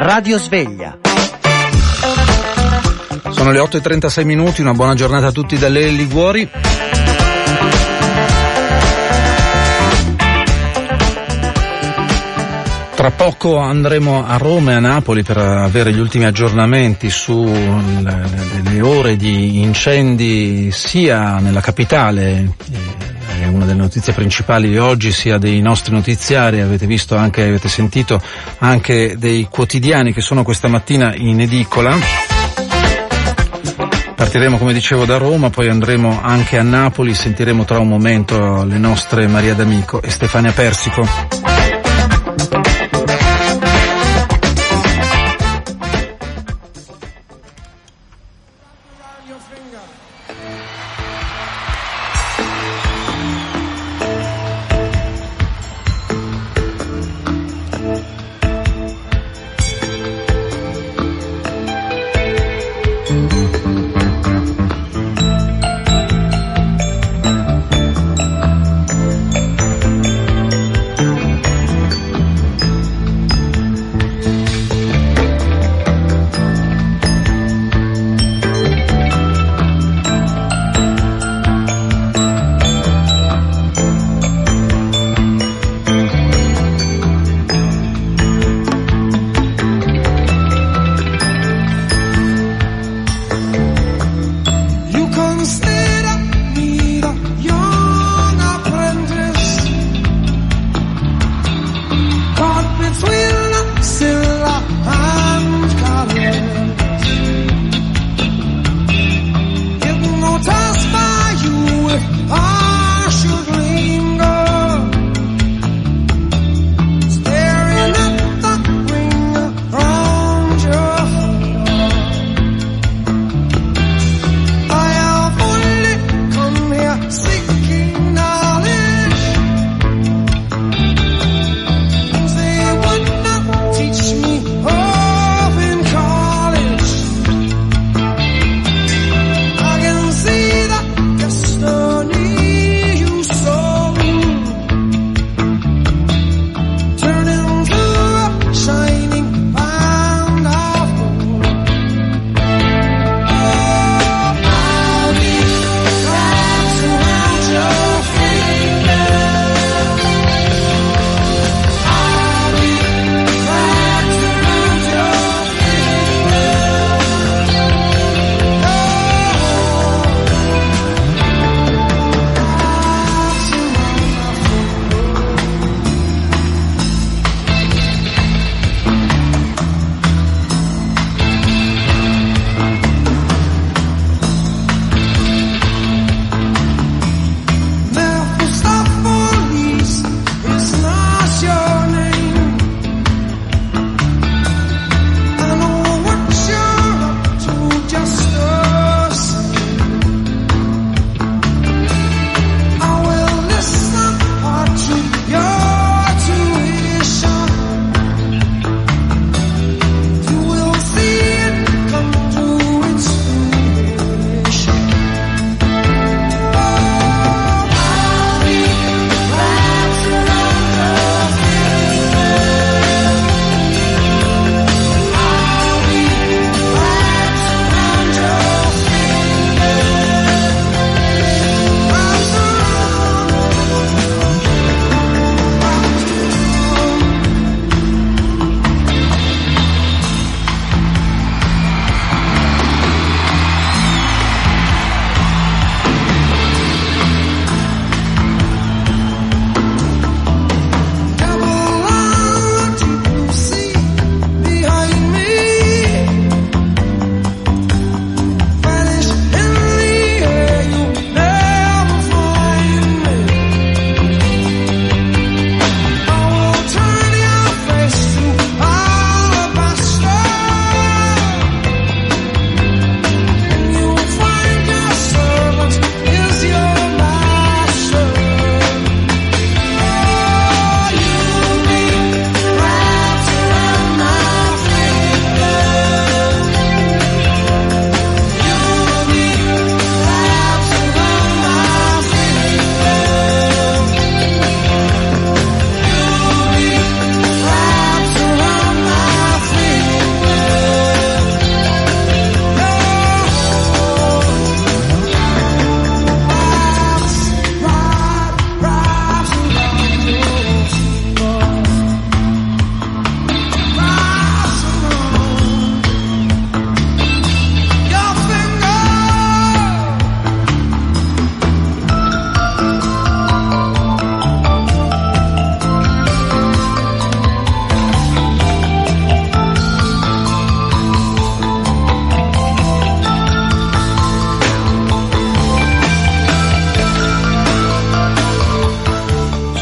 Radio Sveglia. Sono le 8:36, una buona giornata a tutti dalle Liguori. Tra poco andremo a Roma e a Napoli per avere gli ultimi aggiornamenti sulle ore di incendi sia nella capitale, è una delle notizie principali di oggi, sia dei nostri notiziari. Avete sentito anche dei quotidiani che sono questa mattina in edicola. Partiremo, come dicevo, da Roma, poi andremo anche a Napoli, sentiremo tra un momento le nostre Maria D'Amico e Stefania Persico.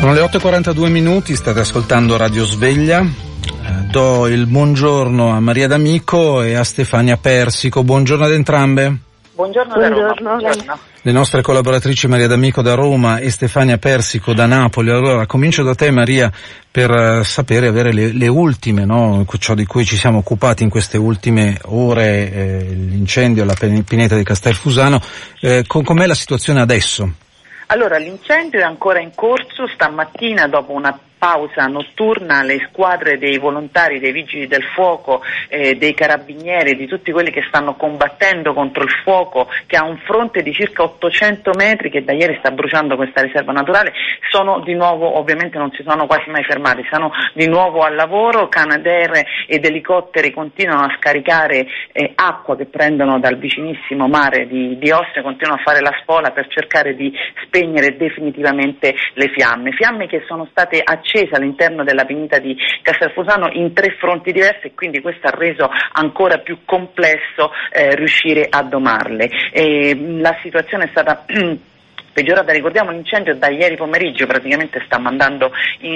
Sono le 8:42, state ascoltando Radio Sveglia. Do il buongiorno a Maria D'Amico e a Stefania Persico. Buongiorno ad entrambe. Buongiorno da Roma. Buongiorno. Le nostre collaboratrici Maria D'Amico da Roma e Stefania Persico da Napoli. Allora, comincio da te, Maria, per sapere, avere le ultime, no? Ciò di cui ci siamo occupati in queste ultime ore, l'incendio alla pineta di Castelfusano. Com'è la situazione adesso? Allora, l'incendio è ancora in corso. Stamattina, dopo una pausa notturna, le squadre dei volontari, dei vigili del fuoco, dei carabinieri, di tutti quelli che stanno combattendo contro il fuoco, che ha un fronte di circa 800 metri, che da ieri sta bruciando questa riserva naturale, sono di nuovo, ovviamente non si sono quasi mai fermati, sono di nuovo al lavoro. Canadair ed elicotteri continuano a scaricare acqua che prendono dal vicinissimo mare di Ostia, continuano a fare la spola per cercare di spegnere definitivamente le fiamme che sono state accese all'interno della pineta di Castelfusano in 3 fronti diversi, e quindi questo ha reso ancora più complesso riuscire a domarle. La situazione è stata peggiorata. Ricordiamo, l'incendio da ieri pomeriggio praticamente sta mandando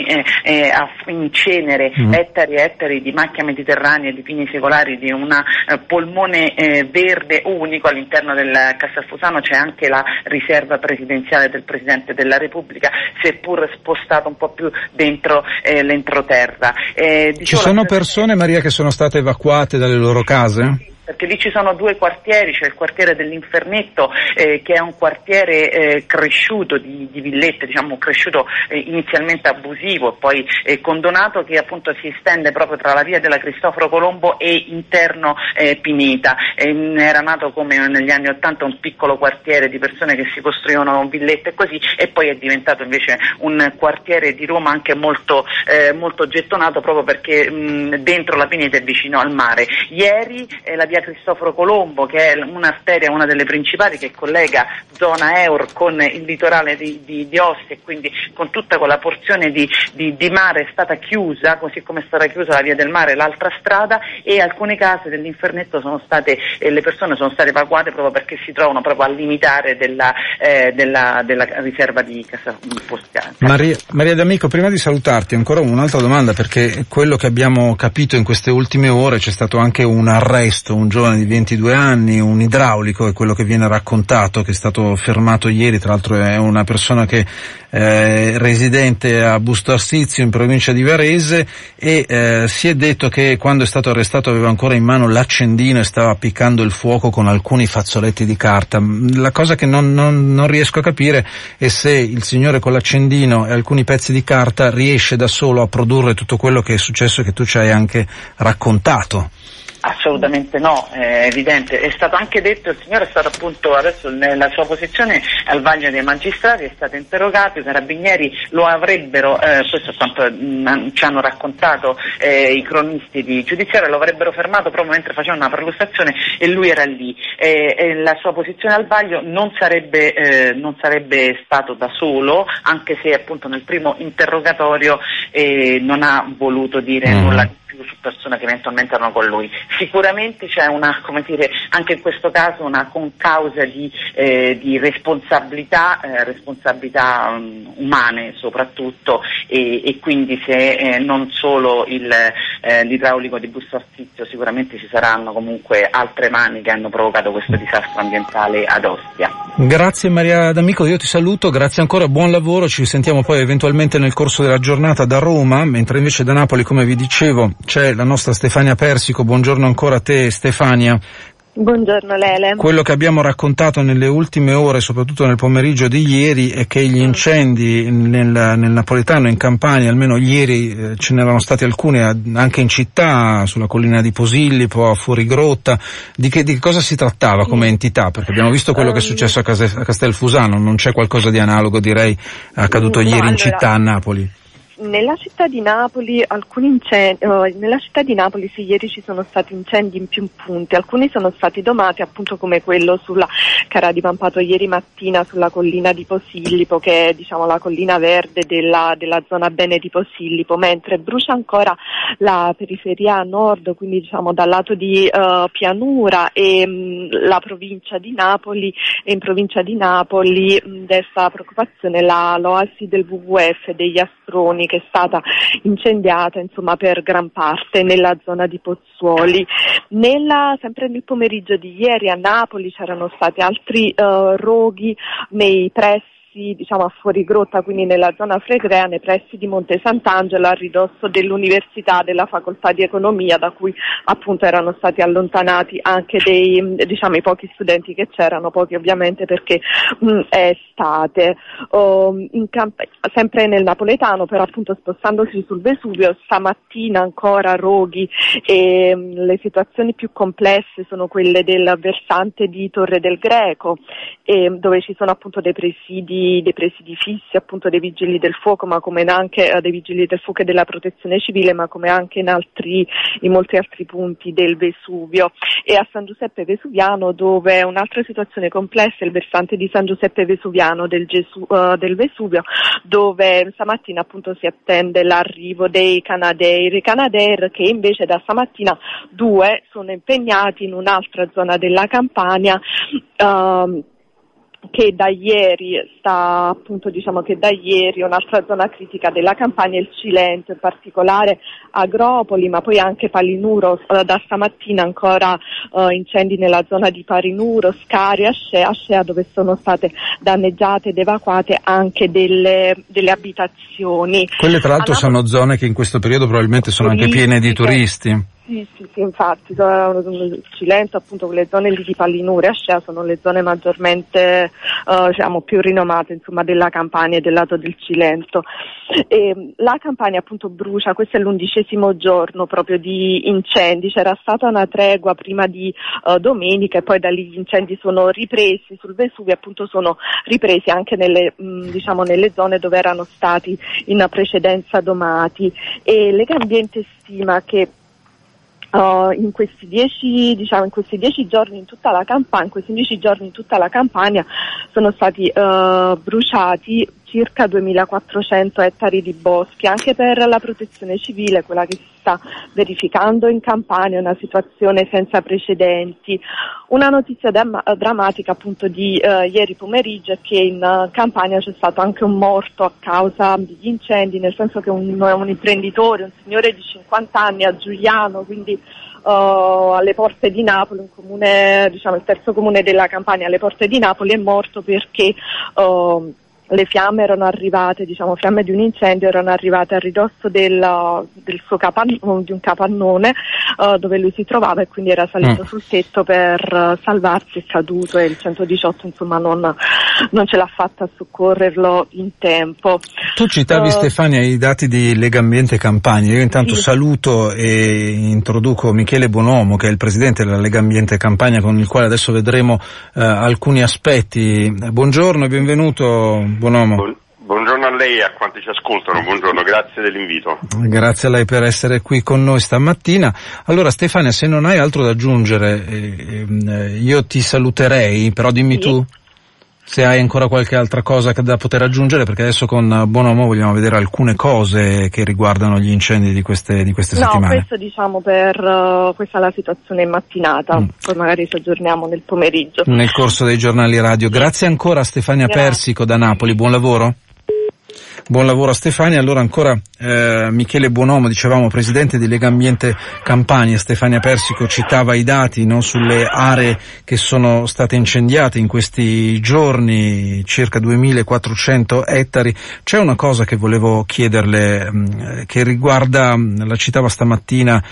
in cenere ettari e ettari di macchia mediterranea e di pini secolari, di un polmone verde unico. All'interno del Castelfusano c'è anche la riserva presidenziale del Presidente della Repubblica, seppur spostata un po' più dentro l'entroterra. Ci sono persone, Maria, che sono state evacuate dalle loro case? Perché lì ci sono 2 quartieri, c'è il quartiere dell'Infernetto che è un quartiere cresciuto di villette, diciamo cresciuto inizialmente abusivo, poi condonato, che appunto si estende proprio tra la via della Cristoforo Colombo e interno Pineta. Era nato come negli anni '80 un piccolo quartiere di persone che si costruivano villette e così, e poi è diventato invece un quartiere di Roma anche molto gettonato, proprio perché dentro la Pineta è vicino al mare. Ieri la via Cristoforo Colombo, che è un'arteria, una delle principali, che collega zona Eur con il litorale di Ostia, e quindi con tutta quella porzione di mare, è stata chiusa, così come è stata chiusa la via del mare, l'altra strada, e alcune case dell'Infernetto le persone sono state evacuate proprio perché si trovano proprio al limitare della riserva di Castelfusano. Maria D'Amico, prima di salutarti, ancora un'altra domanda, perché quello che abbiamo capito in queste ultime ore, c'è stato anche un arresto, un giovane di 22 anni, un idraulico, è quello che viene raccontato, che è stato fermato ieri. Tra l'altro è una persona che è residente a Busto Arsizio in provincia di Varese, e si è detto che quando è stato arrestato aveva ancora in mano l'accendino e stava appiccando il fuoco con alcuni fazzoletti di carta. La cosa che non riesco a capire è se il signore con l'accendino e alcuni pezzi di carta riesce da solo a produrre tutto quello che è successo e che tu ci hai anche raccontato. Assolutamente no, è evidente. È stato anche detto, il signore è stato appunto adesso nella sua posizione al vaglio dei magistrati, è stato interrogato, i carabinieri lo avrebbero, questo è quanto ci hanno raccontato i cronisti di giudiziario, lo avrebbero fermato proprio mentre faceva una perlustrazione e lui era lì. La sua posizione al vaglio non sarebbe stato da solo, anche se appunto nel primo interrogatorio non ha voluto dire nulla su persone che eventualmente erano con lui. Sicuramente c'è anche in questo caso una concausa di responsabilità umane soprattutto, e quindi se non solo l'idraulico di Busto Arsizio, sicuramente ci saranno comunque altre mani che hanno provocato questo disastro ambientale ad Ostia. Grazie Maria D'Amico, io ti saluto, grazie ancora, buon lavoro, ci sentiamo poi eventualmente nel corso della giornata da Roma, mentre invece da Napoli, come vi dicevo, c'è la nostra Stefania Persico. Buongiorno ancora a te, Stefania. Buongiorno Lele. Quello che abbiamo raccontato nelle ultime ore, soprattutto nel pomeriggio di ieri, è che gli incendi nel Napoletano, in Campania, almeno ieri ce n'erano stati alcuni anche in città, sulla collina di Posillipo, a Fuorigrotta. Di che cosa si trattava come entità? Perché abbiamo visto quello che è successo a Castelfusano, non c'è qualcosa di analogo, direi, accaduto ieri in città a Napoli. nella città di Napoli nella città di Napoli sì, ieri ci sono stati incendi in più punti, alcuni sono stati domati appunto come quello che era divampato ieri mattina sulla collina di Posillipo, che è la collina verde della zona bene di Posillipo, mentre brucia ancora la periferia nord, quindi dal lato di pianura, e la provincia di Napoli, e in provincia di Napoli desta preoccupazione l'oasi del WWF degli Astroni, che è stata incendiata per gran parte nella zona di Pozzuoli. Sempre nel pomeriggio di ieri a Napoli c'erano stati altri roghi nei pressi, a fuori grotta, quindi nella zona flegrea, nei pressi di Monte Sant'Angelo, a ridosso dell'università, della facoltà di economia, da cui appunto erano stati allontanati anche i pochi studenti che c'erano, pochi ovviamente perché è estate. Sempre nel napoletano, però appunto spostandosi sul Vesuvio, stamattina ancora roghi, e le situazioni più complesse sono quelle del versante di Torre del Greco, dove ci sono appunto dei presidi fissi, appunto dei vigili del fuoco, ma come anche dei vigili del fuoco e della protezione civile, ma come anche in molti altri punti del Vesuvio. E a San Giuseppe Vesuviano, dove un'altra situazione complessa è il versante di San Giuseppe Vesuviano del Vesuvio, dove stamattina appunto si attende l'arrivo dei Canadair, che invece da stamattina 2 sono impegnati in un'altra zona della Campania, che da ieri un'altra zona critica della Campania è il Cilento, in particolare Agropoli, ma poi anche Palinuro. Da stamattina ancora incendi nella zona di Palinuro, Scari, Ascea, dove sono state danneggiate ed evacuate anche delle abitazioni. Quelle tra l'altro sono zone che in questo periodo probabilmente sono anche piene di turisti. Sì, infatti, il Cilento, appunto quelle zone lì di Palinuro e Ascea sono le zone maggiormente più rinomate della Campania e del lato del Cilento. E la Campania appunto brucia, questo è l'11° giorno proprio di incendi, c'era stata una tregua prima di domenica, e poi da lì gli incendi sono ripresi sul Vesuvio, appunto sono ripresi anche nelle zone dove erano stati in precedenza domati, e Legambiente stima che in questi 10 giorni in tutta la Campania sono stati bruciati circa 2.400 ettari di boschi. Anche per la protezione civile, quella che si sta verificando in Campania, è una situazione senza precedenti. Una notizia drammatica appunto di ieri pomeriggio è che in Campania c'è stato anche un morto a causa degli incendi, nel senso che un imprenditore, un signore di 50 anni a Giuliano, quindi alle porte di Napoli, un comune, il terzo comune della Campania, alle porte di Napoli, è morto perché le fiamme erano arrivate, fiamme di un incendio erano arrivate a ridosso del suo di un capannone dove lui si trovava, e quindi era salito sul tetto per salvarsi, è caduto, e il 118 non ce l'ha fatta a soccorrerlo in tempo. Tu citavi Stefania i dati di Legambiente Campania. Io intanto saluto e introduco Michele Bonomo, che è il presidente della Legambiente Campania, con il quale adesso vedremo alcuni aspetti. Buongiorno e benvenuto, Bonomo. Buongiorno a lei e a quanti ci ascoltano, buongiorno, grazie dell'invito. Grazie a lei per essere qui con noi stamattina. Allora Stefania, se non hai altro da aggiungere, io ti saluterei, però dimmi tu se hai ancora qualche altra cosa da poter aggiungere, perché adesso con Bonomo vogliamo vedere alcune cose che riguardano gli incendi di queste settimane. Questo questa è la situazione in mattinata, poi magari ci aggiorniamo nel pomeriggio. Nel corso dei giornali radio. Grazie ancora a Stefania Persico da Napoli, buon lavoro. Buon lavoro a Stefania. Allora ancora Michele Bonomo, dicevamo, presidente di Legambiente Campania. Stefania Persico citava i dati sulle aree che sono state incendiate in questi giorni, circa 2.400 ettari. C'è una cosa che volevo chiederle che riguarda, la citava stamattina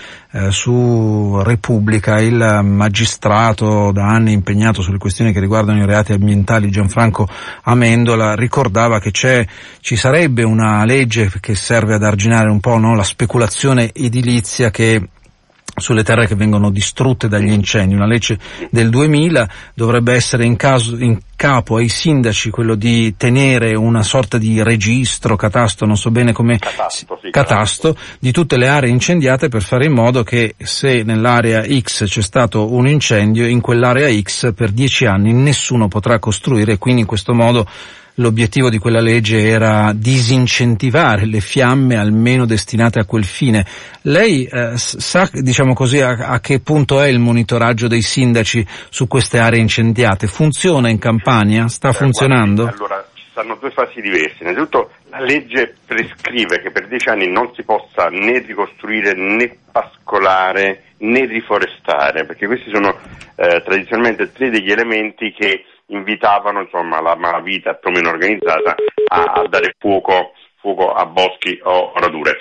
su Repubblica il magistrato da anni impegnato sulle questioni che riguardano i reati ambientali Gianfranco Amendola, ricordava che ci sarebbe una legge che serve ad arginare un po' la speculazione edilizia che sulle terre che vengono distrutte dagli incendi, una legge del 2000. Dovrebbe essere in capo ai sindaci quello di tenere una sorta di registro, catasto, non so bene come catasto di tutte le aree incendiate, per fare in modo che se nell'area X c'è stato un incendio, in quell'area X per 10 anni nessuno potrà costruire, e quindi in questo modo l'obiettivo di quella legge era disincentivare le fiamme almeno destinate a quel fine. Lei sa, diciamo così, a che punto è il monitoraggio dei sindaci su queste aree incendiate? Funziona in Campania? Sta funzionando? Guardi, allora, ci stanno due fasi diverse. Innanzitutto la legge prescrive che per 10 anni non si possa né ricostruire né pascolare né riforestare, perché questi sono tradizionalmente 3 degli elementi che invitavano, insomma, la malavita più o meno organizzata a dare fuoco a boschi o radure.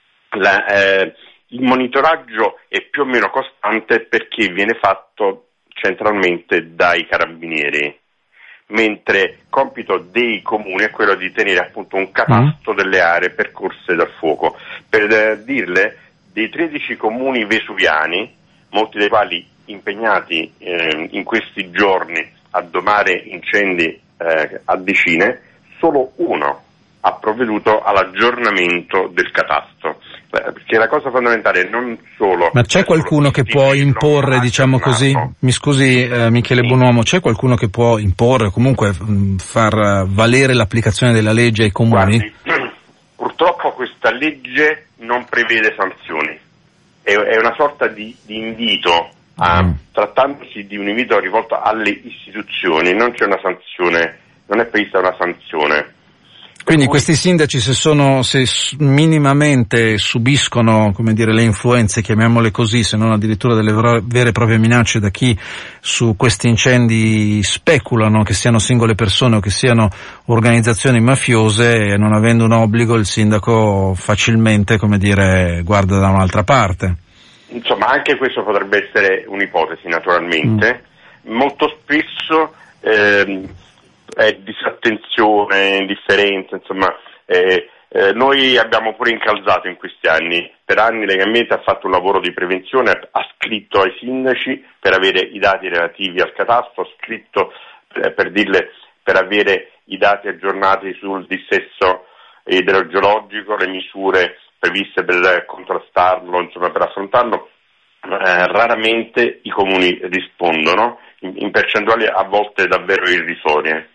Il monitoraggio è più o meno costante perché viene fatto centralmente dai carabinieri, mentre compito dei comuni è quello di tenere appunto un catasto delle aree percorse dal fuoco. Per dirle, dei 13 comuni vesuviani, molti dei quali impegnati in questi giorni a domare incendi a decine, solo uno ha provveduto all'aggiornamento del catasto, perché la cosa fondamentale è non solo... Ma c'è qualcuno che può imporre, diciamo così, mi scusi Michele Bonomo, c'è qualcuno che può imporre, comunque far valere l'applicazione della legge ai comuni? Guardi, purtroppo questa legge non prevede sanzioni, è una sorta di invito. Trattandosi di un invito rivolto alle istituzioni, non c'è una sanzione, non è prevista una sanzione. Quindi questi sindaci, se minimamente subiscono, come dire, le influenze, chiamiamole così, se non addirittura delle vere e proprie minacce da chi su questi incendi speculano, che siano singole persone o che siano organizzazioni mafiose, non avendo un obbligo, il sindaco facilmente, come dire, guarda da un'altra parte. Insomma, anche questo potrebbe essere un'ipotesi, naturalmente. Molto spesso è disattenzione, indifferenza, insomma, noi abbiamo pure incalzato in questi anni. Per anni Legambiente ha fatto un lavoro di prevenzione, ha scritto ai sindaci per avere i dati relativi al catasto, ha scritto per avere i dati aggiornati sul dissesto idrogeologico, le misure previste per contrastarlo, insomma, per affrontarlo. Raramente i comuni rispondono, in percentuali a volte davvero irrisorie.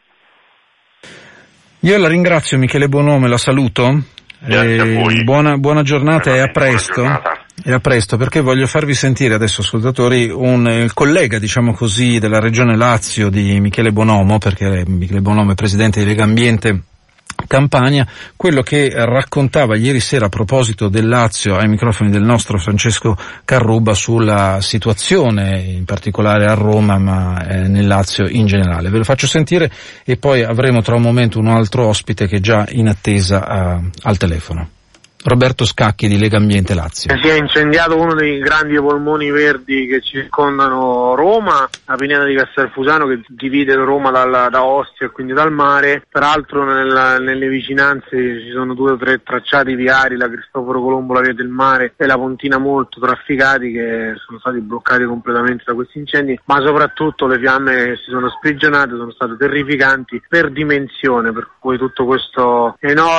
Io la ringrazio, Michele Bonomo, la saluto. Grazie a voi. Buona giornata e a presto. E a presto, perché voglio farvi sentire adesso, ascoltatori, il collega, diciamo così, della Regione Lazio di Michele Bonomo, perché Michele Bonomo è presidente di Legambiente Campania, quello che raccontava ieri sera a proposito del Lazio ai microfoni del nostro Francesco Carrubba sulla situazione in particolare a Roma, ma nel Lazio in generale. Ve lo faccio sentire e poi avremo tra un momento un altro ospite che è già in attesa al telefono. Roberto Scacchi di Legambiente Lazio. Si è incendiato uno dei grandi polmoni verdi che circondano Roma, la pineta di Castelfusano, che divide Roma da Ostia e quindi dal mare. Peraltro nelle vicinanze ci sono 2 o 3 tracciati viari, la Cristoforo Colombo, la Via del Mare e la Pontina, molto trafficati, che sono stati bloccati completamente da questi incendi, ma soprattutto le fiamme che si sono sprigionate sono state terrificanti per dimensione, per cui tutto questo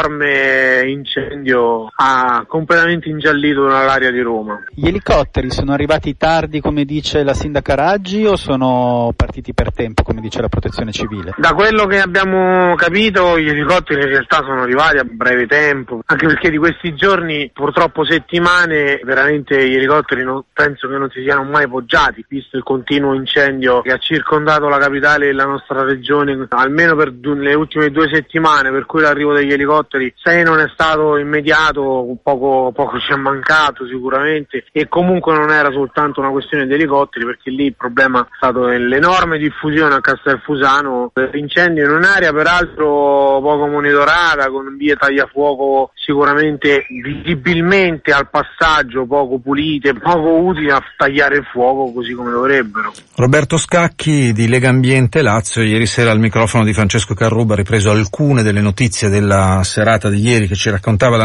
enorme incendio ha completamente ingiallito l'area di Roma. Gli elicotteri sono arrivati tardi, come dice la sindaca Raggi, o sono partiti per tempo, come dice la Protezione Civile? Da quello che abbiamo capito, gli elicotteri in realtà sono arrivati a breve tempo, anche perché di questi giorni, purtroppo settimane, veramente gli elicotteri penso che non si siano mai poggiati, visto il continuo incendio che ha circondato la capitale e la nostra regione, almeno per le ultime 2 settimane, per cui l'arrivo degli elicotteri, se non è stato immediato, poco ci è mancato sicuramente, e comunque non era soltanto una questione di elicotteri, perché lì il problema è stato l'enorme diffusione a Castelfusano dell'incendio in un'area peraltro poco monitorata, con vie tagliafuoco sicuramente visibilmente al passaggio poco pulite, poco utili a tagliare il fuoco così come dovrebbero. Roberto Scacchi di Legambiente Lazio, ieri sera al microfono di Francesco Carrubba ha ripreso alcune delle notizie della serata di ieri che ci raccontava la nostra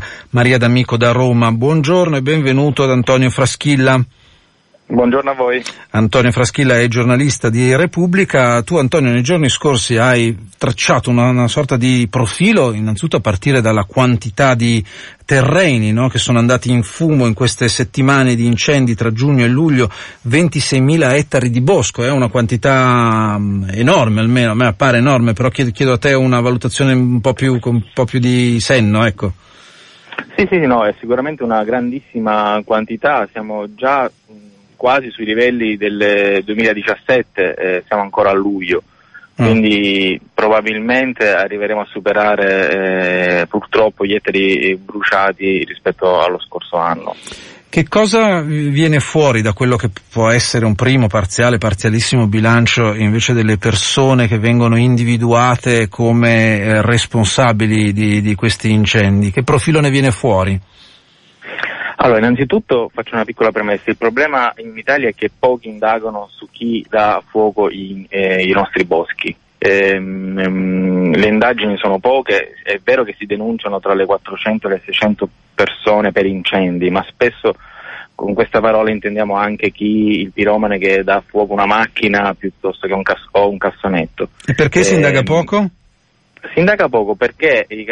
Maria D'Amico da Roma. Buongiorno e benvenuto ad Antonio Fraschilla. Buongiorno a voi. Antonio Fraschilla è giornalista di Repubblica. Tu, Antonio, nei giorni scorsi hai tracciato una sorta di profilo, innanzitutto a partire dalla quantità di terreni, no, che sono andati in fumo in queste settimane di incendi tra giugno e luglio. 26.000 ettari di bosco, è una quantità enorme, almeno a me appare enorme, però chiedo a te una valutazione un po' più di senno, ecco. Sì, no, è sicuramente una grandissima quantità, siamo già quasi sui livelli del 2017, siamo ancora a luglio, quindi probabilmente arriveremo a superare purtroppo gli ettari bruciati rispetto allo scorso anno. Che cosa viene fuori da quello che può essere un primo parzialissimo bilancio invece delle persone che vengono individuate come responsabili di questi incendi? Che profilo ne viene fuori? Allora, innanzitutto faccio una piccola premessa. Il problema in Italia è che pochi indagano su chi dà fuoco i nostri boschi. Le indagini sono poche, è vero che si denunciano tra le 400 e le 600 persone per incendi, ma spesso con questa parola intendiamo anche il piromane che dà fuoco una macchina piuttosto che un cassonetto. E perché si indaga poco? Si indaga poco perché il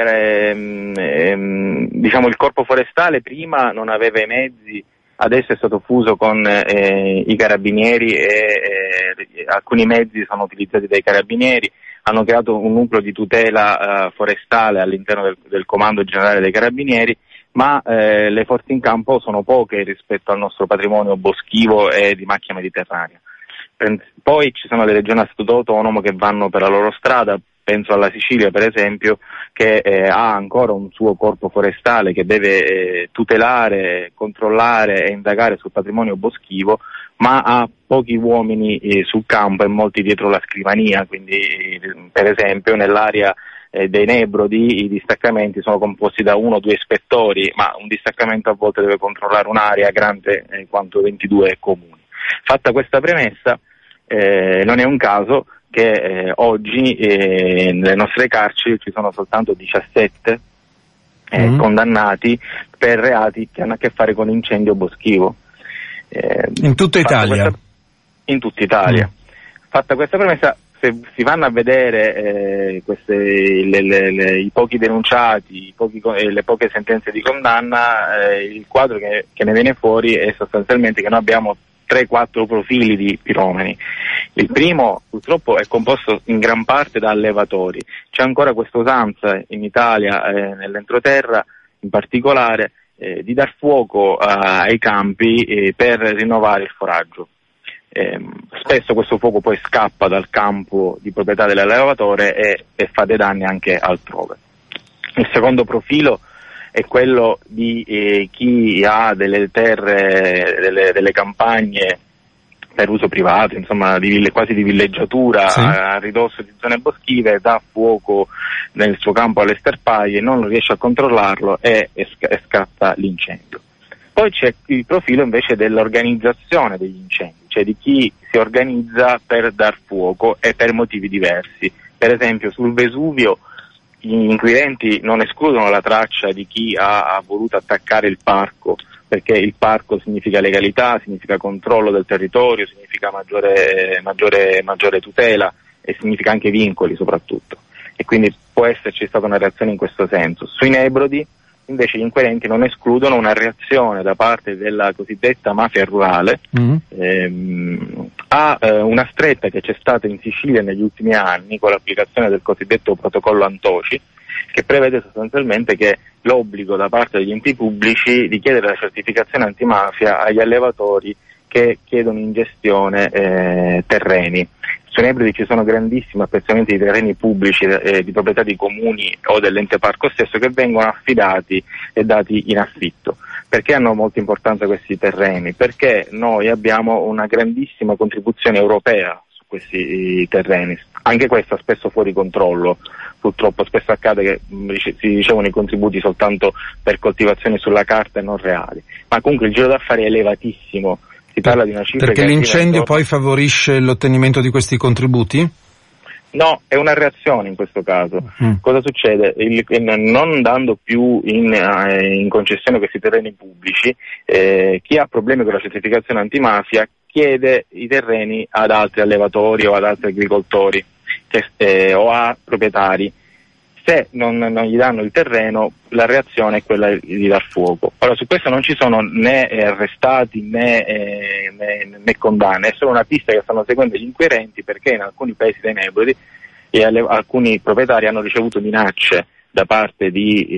corpo forestale prima non aveva i mezzi, adesso è stato fuso con i carabinieri e alcuni mezzi sono utilizzati dai carabinieri, hanno creato un nucleo di tutela forestale all'interno del comando generale dei carabinieri, ma le forze in campo sono poche rispetto al nostro patrimonio boschivo e di macchia mediterranea. Poi ci sono le regioni a statuto autonomo che vanno per la loro strada. Penso alla Sicilia, per esempio, che ha ancora un suo corpo forestale che deve tutelare, controllare e indagare sul patrimonio boschivo, ma ha pochi uomini sul campo e molti dietro la scrivania. Quindi, per esempio, nell'area dei Nebrodi i distaccamenti sono composti da 1 o 2 ispettori, ma un distaccamento a volte deve controllare un'area grande quanto 22 comuni. Fatta questa premessa, non è un caso che oggi nelle nostre carceri ci sono soltanto 17 condannati per reati che hanno a che fare con incendio boschivo. In tutta Italia? In tutta Italia. Fatta questa premessa, se si vanno a vedere i pochi denunciati, le poche sentenze di condanna, il quadro che ne viene fuori è sostanzialmente che noi abbiamo 3-4 profili di piromani. Il primo purtroppo è composto in gran parte da allevatori. C'è ancora questa usanza in Italia, nell'entroterra in particolare, di dar fuoco ai campi per rinnovare il foraggio. Spesso questo fuoco poi scappa dal campo di proprietà dell'allevatore e fa dei danni anche altrove. Il secondo profilo è quello di chi ha delle terre, delle campagne per uso privato, insomma quasi di villeggiatura, sì, a ridosso di zone boschive, dà fuoco nel suo campo alle sterpaglie, non riesce a controllarlo e scatta l'incendio. Poi c'è il profilo invece dell'organizzazione degli incendi, cioè di chi si organizza per dar fuoco e per motivi diversi. Per esempio sul Vesuvio gli inquirenti non escludono la traccia di chi ha voluto attaccare il parco, perché il parco significa legalità, significa controllo del territorio, significa maggiore tutela e significa anche vincoli soprattutto. E quindi può esserci stata una reazione in questo senso. Sui Nebrodi invece gli inquirenti non escludono una reazione da parte della cosiddetta mafia rurale a una stretta che c'è stata in Sicilia negli ultimi anni con l'applicazione del cosiddetto protocollo Antoci, che prevede sostanzialmente che l'obbligo da parte degli enti pubblici di chiedere la certificazione antimafia agli allevatori che chiedono in gestione terreni. Sui Nebrodi ci sono grandissimi appezzamenti di terreni pubblici di proprietà di comuni o dell'ente parco stesso che vengono affidati e dati in affitto. Perché hanno molta importanza questi terreni? Perché noi abbiamo una grandissima contribuzione europea su questi terreni, anche questa spesso fuori controllo. Purtroppo spesso accade che si ricevono i contributi soltanto per coltivazioni sulla carta e non reali, ma comunque il giro d'affari è elevatissimo. Si parla di una cifra perché l'incendio poi favorisce l'ottenimento di questi contributi? No, è una reazione in questo caso. Cosa succede? Non dando più in concessione questi terreni pubblici, chi ha problemi con la certificazione antimafia chiede i terreni ad altri allevatori o ad altri agricoltori o a proprietari. Se non gli danno il terreno, la reazione è quella di dar fuoco. Ora, su questo non ci sono né arrestati né condanne, è solo una pista che stanno seguendo gli inquirenti, perché in alcuni paesi dei Nebrodi alcuni proprietari hanno ricevuto minacce da parte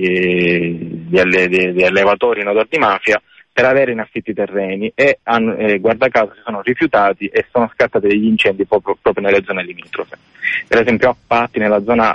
di allevatori in odor di mafia per avere in affitto i terreni e guarda caso si sono rifiutati e sono scattati degli incendi proprio nelle zone limitrofe. Per esempio a Patti, nella zona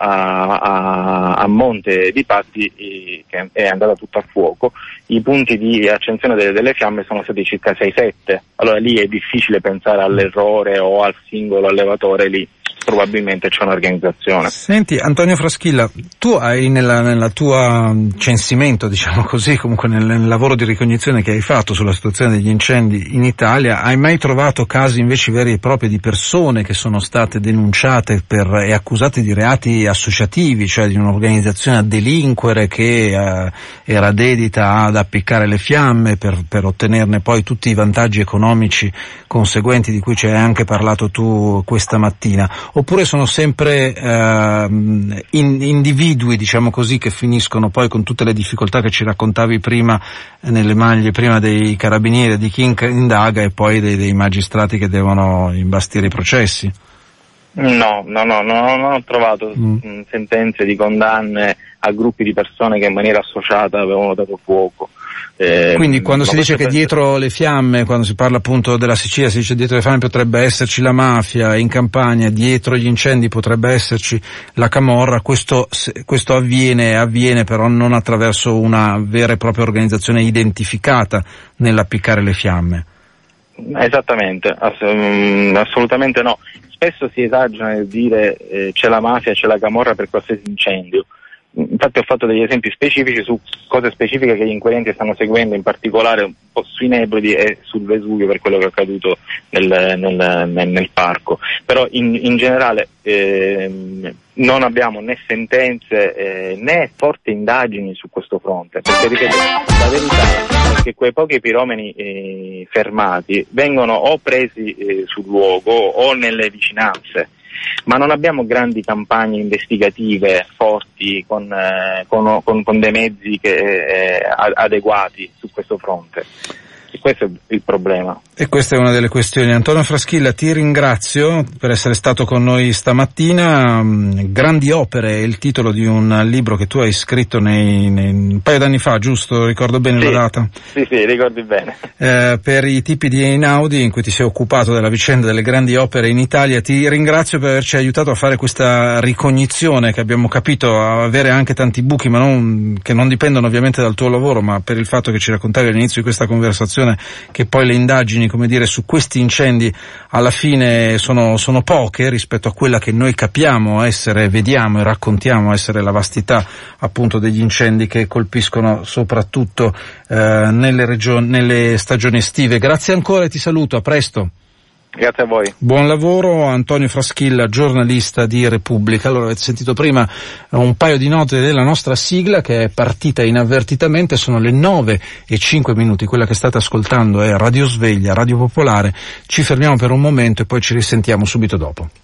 a monte di Patti, che è andata tutto a fuoco, i punti di accensione delle fiamme sono stati circa 6-7, allora lì è difficile pensare all'errore o al singolo allevatore, lì probabilmente c'è un'organizzazione. Senti Antonio Fraschilla, tu hai nella tua censimento, diciamo così, comunque nel lavoro di ricognizione che hai fatto sulla situazione degli incendi in Italia, hai mai trovato casi invece veri e propri di persone che sono state denunciate e accusate di reati associativi, cioè di un'organizzazione a delinquere che era dedita ad appiccare le fiamme per ottenerne poi tutti i vantaggi economici conseguenti di cui ci hai anche parlato tu questa mattina? Oppure sono sempre individui, diciamo così, che finiscono poi con tutte le difficoltà che ci raccontavi prima nelle maglie, prima dei carabinieri, di chi indaga e poi dei magistrati che devono imbastire i processi? No, non ho trovato sentenze di condanne a gruppi di persone che in maniera associata avevano dato fuoco. Quindi quando si dice che dietro le fiamme, quando si parla appunto della Sicilia, si dice dietro le fiamme potrebbe esserci la mafia, in Campania dietro gli incendi potrebbe esserci la camorra, questo avviene però non attraverso una vera e propria organizzazione identificata nell'appiccare le fiamme. Esattamente, assolutamente no. Spesso si esagera nel dire c'è la mafia, c'è la camorra per qualsiasi incendio. Infatti ho fatto degli esempi specifici su cose specifiche che gli inquirenti stanno seguendo, in particolare un po' sui Nebrodi e sul Vesuvio per quello che è accaduto nel parco. Però in generale non abbiamo né sentenze né forti indagini su questo fronte, perché ripeto, la verità è che quei pochi piromani fermati vengono o presi sul luogo o nelle vicinanze, ma non abbiamo grandi campagne investigative forti con dei mezzi adeguati su questo fronte. E questo è il problema. E questa è una delle questioni. Antonio Fraschilla, ti ringrazio per essere stato con noi stamattina. Grandi opere è il titolo di un libro che tu hai scritto un paio d'anni fa, giusto? Ricordo bene la data? Sì, ricordi bene. Per i tipi di Einaudi, in cui ti sei occupato della vicenda delle grandi opere in Italia. Ti ringrazio per averci aiutato a fare questa ricognizione, che abbiamo capito avere anche tanti buchi, ma che non dipendono ovviamente dal tuo lavoro, ma per il fatto che ci raccontavi all'inizio di questa conversazione che poi le indagini, come dire, su questi incendi alla fine sono poche rispetto a quella che noi capiamo essere, vediamo e raccontiamo essere la vastità appunto degli incendi che colpiscono soprattutto nelle stagioni estive. Grazie ancora e ti saluto, a presto. Grazie a voi. Buon lavoro, Antonio Fraschilla, giornalista di Repubblica. Allora, avete sentito prima un paio di note della nostra sigla che è partita inavvertitamente, sono le 9:05, quella che state ascoltando è Radio Sveglia, Radio Popolare. Ci fermiamo per un momento e poi ci risentiamo subito dopo.